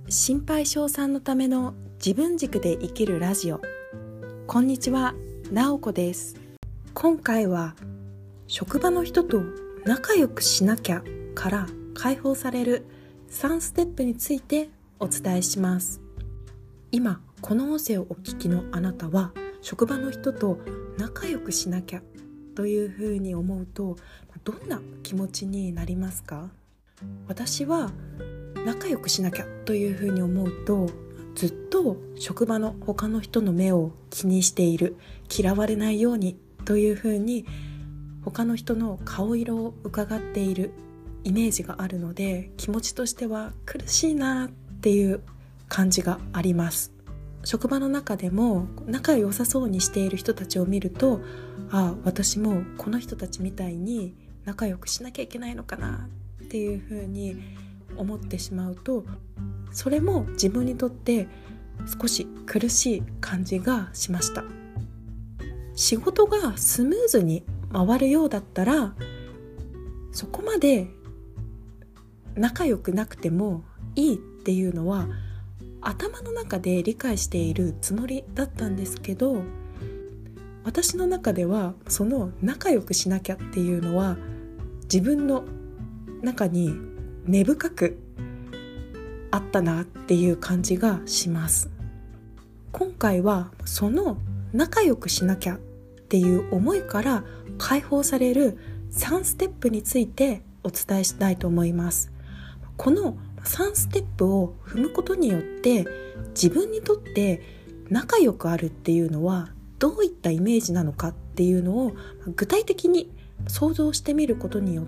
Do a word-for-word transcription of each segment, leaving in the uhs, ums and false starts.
心配性さんのための自分軸で生きるラジオ。こんにちは、なおこです。今回は職場の人と仲良くしなきゃから解放されるさんステップについてお伝えします。今この音声をお聞きのあなたは、職場の人と仲良くしなきゃというふうに思うとどんな気持ちになりますか？私は仲良くしなきゃというふうに思うと、ずっと職場の他の人の目を気にしている、嫌われないようにというふうに他の人の顔色を伺っているイメージがあるので、気持ちとしては苦しいなっていう感じがあります。職場の中でも仲良さそうにしている人たちを見ると、ああ、私もこの人たちみたいに仲良くしなきゃいけないのかなっていうふうに思ってしまうと、それも自分にとって少し苦しい感じがしました。仕事がスムーズに回るようだったら、そこまで仲良くなくてもいいっていうのは頭の中で理解しているつもりだったんですけど、私の中ではその仲良くしなきゃっていうのは自分の中に根深くあったなっていう感じがします。今回はその仲良くしなきゃっていう思いから解放されるさんステップについてお伝えしたいと思います。このさんステップを踏むことによって、自分にとって仲良くあるっていうのはどういったイメージなのかっていうのを具体的に想像してみることによって、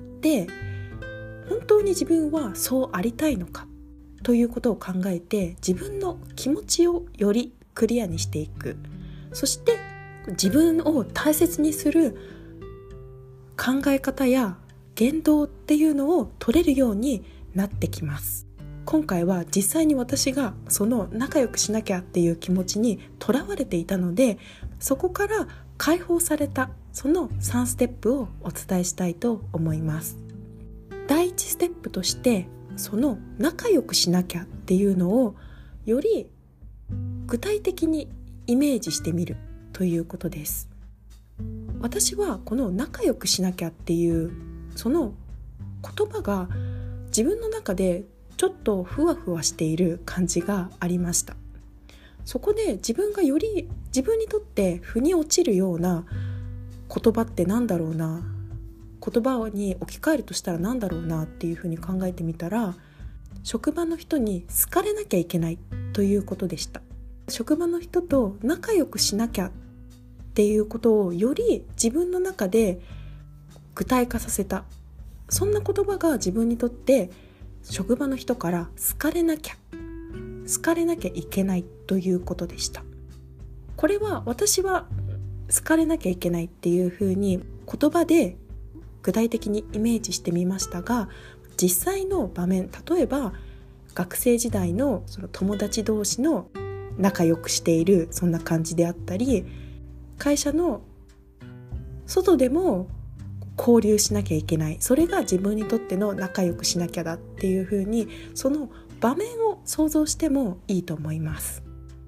本当に自分はそうありたいのかということを考えて、自分の気持ちをよりクリアにしていく。そして自分を大切にする考え方や言動っていうのを取れるようになってきます。今回は実際に私がその仲良くしなきゃっていう気持ちにとらわれていたので、そこから解放されたそのさんステップをお伝えしたいと思います。第一ステップとして、その仲良くしなきゃっていうのをより具体的にイメージしてみるということです。私はこの仲良くしなきゃっていうその言葉が自分の中でちょっとふわふわしている感じがありました。そこで自分がより自分にとって腑に落ちるような言葉ってなんだろうな、言葉に置き換えるとしたらなんだろうなっていうふうに考えてみたら、職場の人に好かれなきゃいけないということでした。職場の人と仲良くしなきゃっていうことをより自分の中で具体化させた、そんな言葉が自分にとって職場の人から好かれなきゃ好かれなきゃいけないということでした。これは私は好かれなきゃいけないっていうふうに言葉で具体的にイメージしてみましたが、実際の場面、例えば学生時代のその友達同士の仲良くしているそんな感じであったり、会社の外でも交流しなきゃいけない、それが自分にとっての仲良くしなきゃだっていうふうに、その場面を想像してもいいと思います。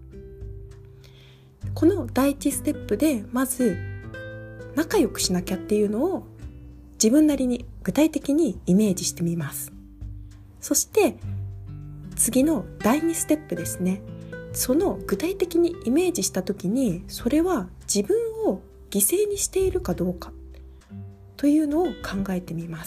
この第一ステップでまず仲良くしなきゃっていうのを自分なりに具体的にイメージしてみます。そして次のだいにステップですね。その具体的にイメージした時に、それは自分を犠牲にしているかどうかというのを考えてみます。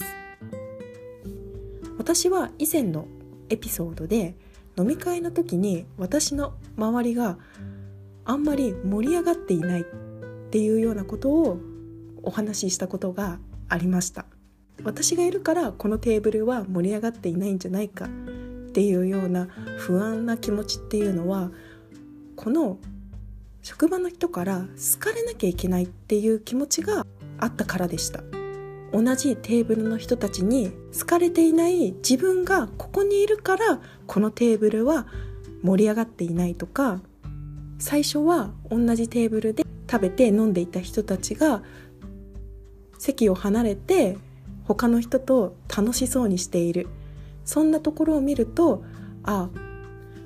私は以前のエピソードで飲み会の時に私の周りがあんまり盛り上がっていないっていうようなことをお話ししたことがありました。私がいるからこのテーブルは盛り上がっていないんじゃないかっていうような不安な気持ちっていうのは、この職場の人から好かれなきゃいけないっていう気持ちがあったからでした。同じテーブルの人たちに好かれていない自分がここにいるから、このテーブルは盛り上がっていないとか、最初は同じテーブルで食べて飲んでいた人たちが席を離れて他の人と楽しそうにしている、そんなところを見ると、あ、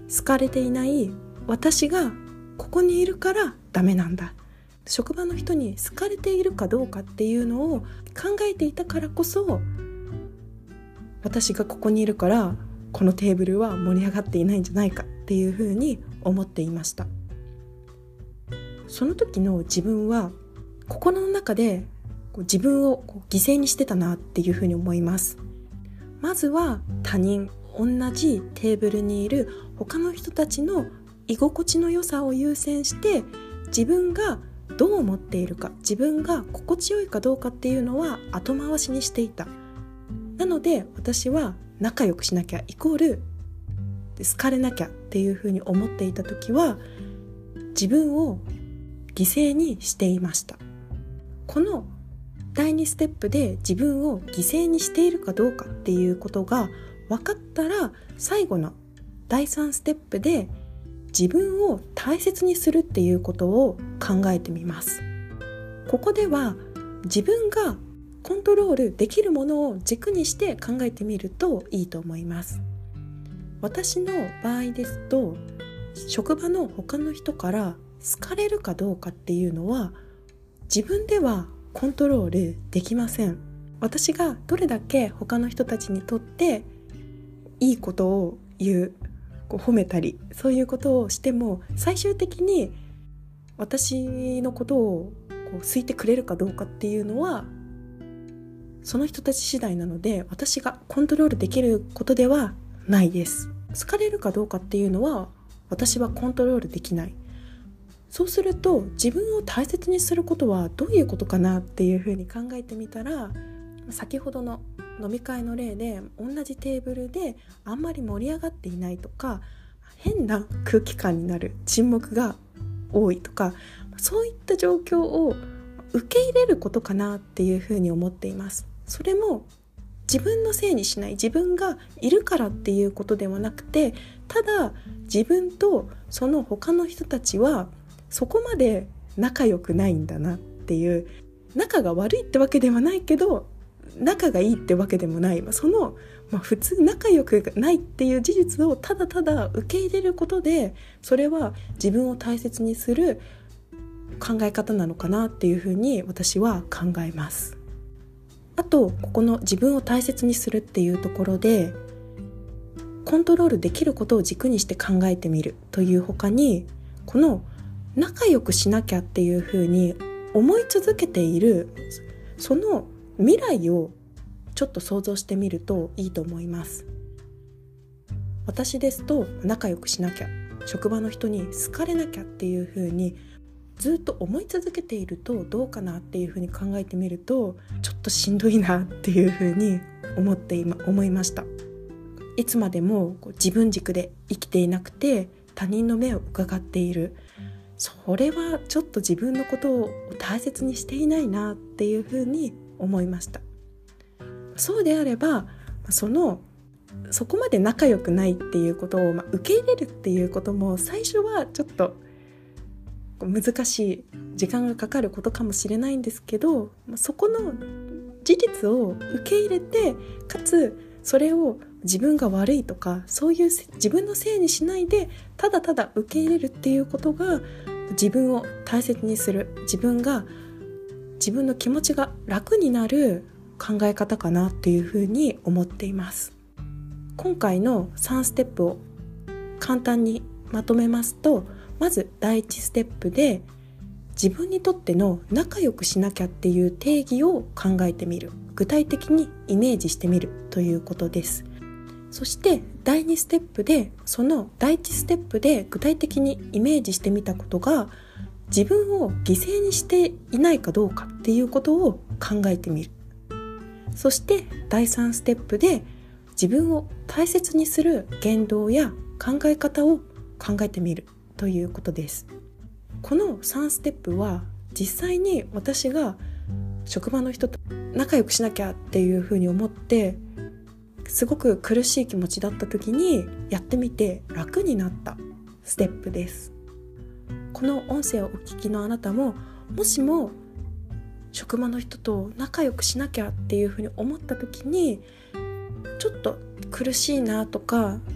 好かれていない私がここにいるからダメなんだ、職場の人に好かれているかどうかっていうのを考えていたからこそ、私がここにいるからこのテーブルは盛り上がっていないんじゃないかっていうふうに思っていました。その時の自分は心の中で自分を犠牲にしてたなっていうふうに思います。まずは他人、同じテーブルにいる他の人たちの居心地の良さを優先して、自分がどう思っているか、自分が心地よいかどうかっていうのは後回しにしていた。なので私は仲良くしなきゃイコール好かれなきゃっていうふうに思っていた時は、自分を犠牲にしていました。このだいにステップで自分を犠牲にしているかどうかっていうことが分かったら、最後のだいさんステップで自分を大切にするっていうことを考えてみます。ここでは自分がコントロールできるものを軸にして考えてみるといいと思います。私の場合ですと、職場の他の人から好かれるかどうかっていうのは自分ではコントロールできません。私がどれだけ他の人たちにとっていいことを言う、こう褒めたりそういうことをしても、最終的に私のことをこう好いてくれるかどうかっていうのはその人たち次第なので、私がコントロールできることではないです。好かれるかどうかっていうのは私はコントロールできない。そうすると自分を大切にすることはどういうことかなっていうふうに考えてみたら、先ほどの飲み会の例で同じテーブルであんまり盛り上がっていないとか、変な空気感になる、沈黙が多いとか、そういった状況を受け入れることかなっていうふうに思っています。それも自分のせいにしない、自分がいるからっていうことではなくて、ただ自分とその他の人たちはそこまで仲良くないんだなっていう、仲が悪いってわけではないけど仲がいいってわけでもない、その、まあ、普通仲良くないっていう事実をただただ受け入れることで、それは自分を大切にする考え方なのかなっていうふうに私は考えます。あと、ここの自分を大切にするっていうところで、コントロールできることを軸にして考えてみるという他に、この仲良くしなきゃっていうふうに思い続けているその未来をちょっと想像してみるといいと思います。私ですと、仲良くしなきゃ、職場の人に好かれなきゃっていうふうにずっと思い続けているとどうかなっていうふうに考えてみると、ちょっとしんどいなっていうふうに思って今思いました。いつまでもこう自分軸で生きていなくて他人の目を伺っている、それはちょっと自分のことを大切にしていないなっていうふうに思いました。そうであれば、そのそこまで仲良くないっていうことを、まあ、受け入れるっていうことも最初はちょっと難しい、時間がかかることかもしれないんですけど、そこの事実を受け入れて、かつそれを自分が悪いとかそういう自分のせいにしないで、ただただ受け入れるっていうことが自分を大切にする、自分が自分の気持ちが楽になる考え方かなっていうふうに思っています。今回のさんステップを簡単にまとめますと、まずだいいちステップで自分にとっての仲良くしなきゃっていう定義を考えてみる、具体的にイメージしてみるということです。そしてだいにステップで、そのだいいちステップで具体的にイメージしてみたことが自分を犠牲にしていないかどうかっていうことを考えてみる。そしてだいさんステップで自分を大切にする言動や考え方を考えてみるということです。このさんステップは実際に私が職場の人と仲良くしなきゃっていうふうに思ってすごく苦しい気持ちだった時にやってみて楽になったステップです。この音声をお聞きのあなたも、もしも職場の人と仲良くしなきゃっていうふうに思った時にちょっと苦しいなとか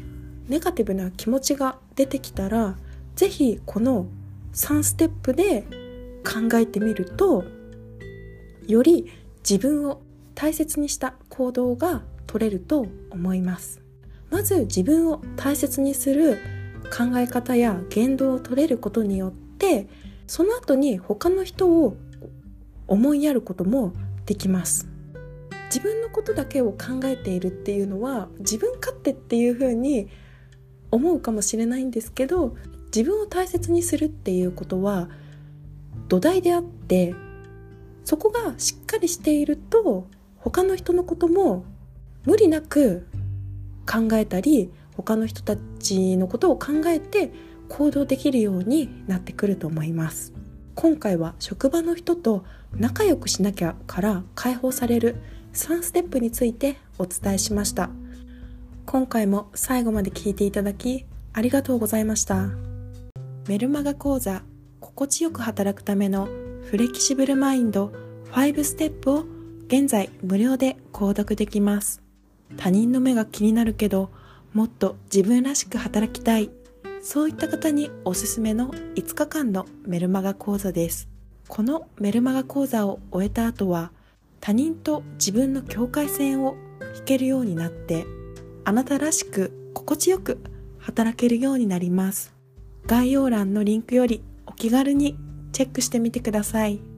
ネガティブな気持ちが出てきたら、ぜひこのさんステップで考えてみると、より自分を大切にした行動が取れると思います。まず自分を大切にする考え方や言動を取れることによって、その後に他の人を思いやることもできます。自分のことだけを考えているっていうのは自分勝手っていうふうに思うかもしれないんですけど、自分を大切にするっていうことは土台であって、そこがしっかりしていると他の人のことも無理なく考えたり、他の人たちのことを考えて行動できるようになってくると思います。今回は職場の人と仲良くしなきゃから解放されるさんステップについてお伝えしました。今回も最後まで聞いていただきありがとうございました。メルマガ講座、心地よく働くためのフレキシブルマインドごステップを現在無料で購読できます。他人の目が気になるけどもっと自分らしく働きたい、そういった方におすすめのいつかかんのメルマガ講座です。このメルマガ講座を終えた後は、他人と自分の境界線を引けるようになって、あなたらしく心地よく働けるようになります。概要欄のリンクよりお気軽にチェックしてみてください。